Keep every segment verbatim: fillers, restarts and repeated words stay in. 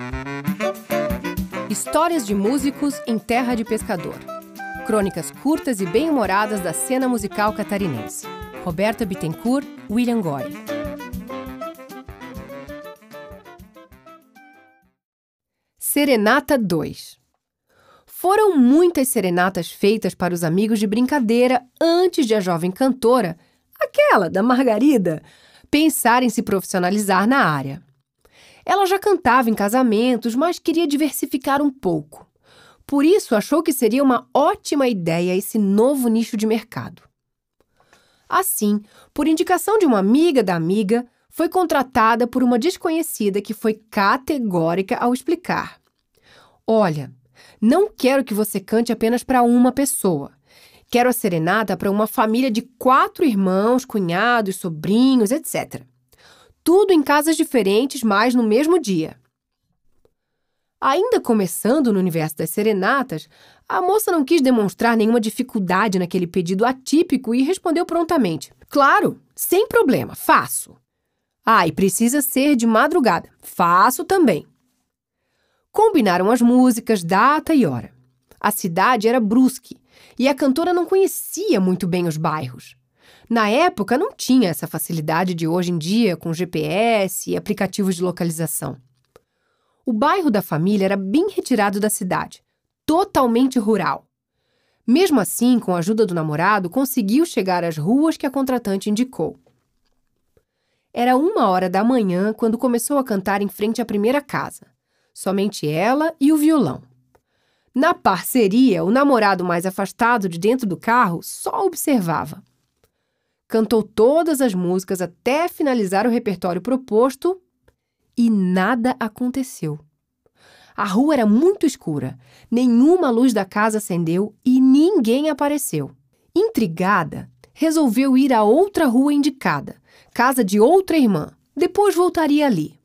Histórias de músicos em terra de pescador. Crônicas curtas e bem-humoradas da cena musical catarinense. Roberta Bittencourt, William Goy. Serenata dois. Foram muitas serenatas feitas para os amigos de brincadeira antes de a jovem cantora, aquela da Margarida, pensar em se profissionalizar na área. Ela já cantava em casamentos, mas queria diversificar um pouco. Por isso, achou que seria uma ótima ideia esse novo nicho de mercado. Assim, por indicação de uma amiga da amiga, foi contratada por uma desconhecida que foi categórica ao explicar: olha, não quero que você cante apenas para uma pessoa. Quero a serenata para uma família de quatro irmãos, cunhados, sobrinhos, etcétera. Tudo em casas diferentes, mas no mesmo dia. Ainda começando no universo das serenatas, a moça não quis demonstrar nenhuma dificuldade naquele pedido atípico e respondeu prontamente: claro, sem problema, faço. Ah, e precisa ser de madrugada. Faço também. Combinaram as músicas, data e hora. A cidade era Brusque e a cantora não conhecia muito bem os bairros. Na época, não tinha essa facilidade de hoje em dia com G P S e aplicativos de localização. O bairro da família era bem retirado da cidade, totalmente rural. Mesmo assim, com a ajuda do namorado, conseguiu chegar às ruas que a contratante indicou. Era uma hora da manhã quando começou a cantar em frente à primeira casa. Somente ela e o violão. Na parceria, o namorado mais afastado de dentro do carro só observava. Cantou todas as músicas até finalizar o repertório proposto e nada aconteceu. A rua era muito escura, nenhuma luz da casa acendeu e ninguém apareceu. Intrigada, resolveu ir a outra rua indicada, casa de outra irmã, depois voltaria ali.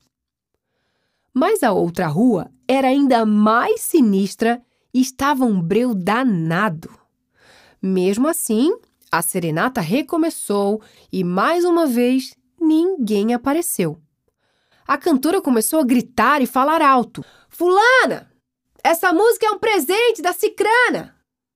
Mas a outra rua era ainda mais sinistra e estava um breu danado. Mesmo assim, a serenata recomeçou e, mais uma vez, ninguém apareceu. A cantora começou a gritar e falar alto: fulana, essa música é um presente da cicrana!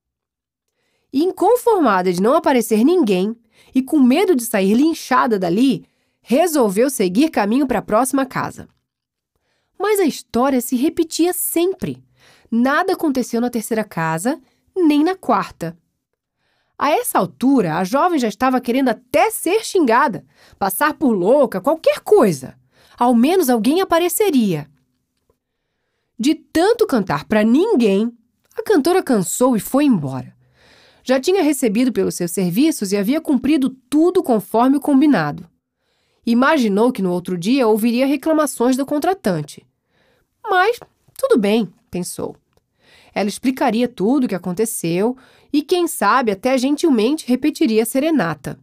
E, inconformada de não aparecer ninguém e com medo de sair linchada dali, resolveu seguir caminho para a próxima casa. Mas a história se repetia sempre. Nada aconteceu na terceira casa, nem na quarta. A essa altura, a jovem já estava querendo até ser xingada, passar por louca, qualquer coisa. Ao menos alguém apareceria. De tanto cantar para ninguém, a cantora cansou e foi embora. Já tinha recebido pelos seus serviços e havia cumprido tudo conforme o combinado. Imaginou que no outro dia ouviria reclamações do contratante. Mas, tudo bem, pensou. Ela explicaria tudo o que aconteceu e, quem sabe, até gentilmente repetiria a serenata.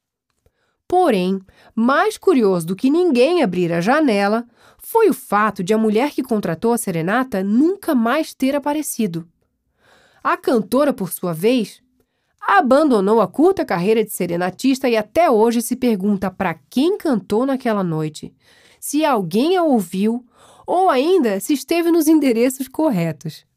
Porém, mais curioso do que ninguém abrir a janela foi o fato de a mulher que contratou a serenata nunca mais ter aparecido. A cantora, por sua vez, abandonou a curta carreira de serenatista e até hoje se pergunta para quem cantou naquela noite, se alguém a ouviu ou ainda se esteve nos endereços corretos.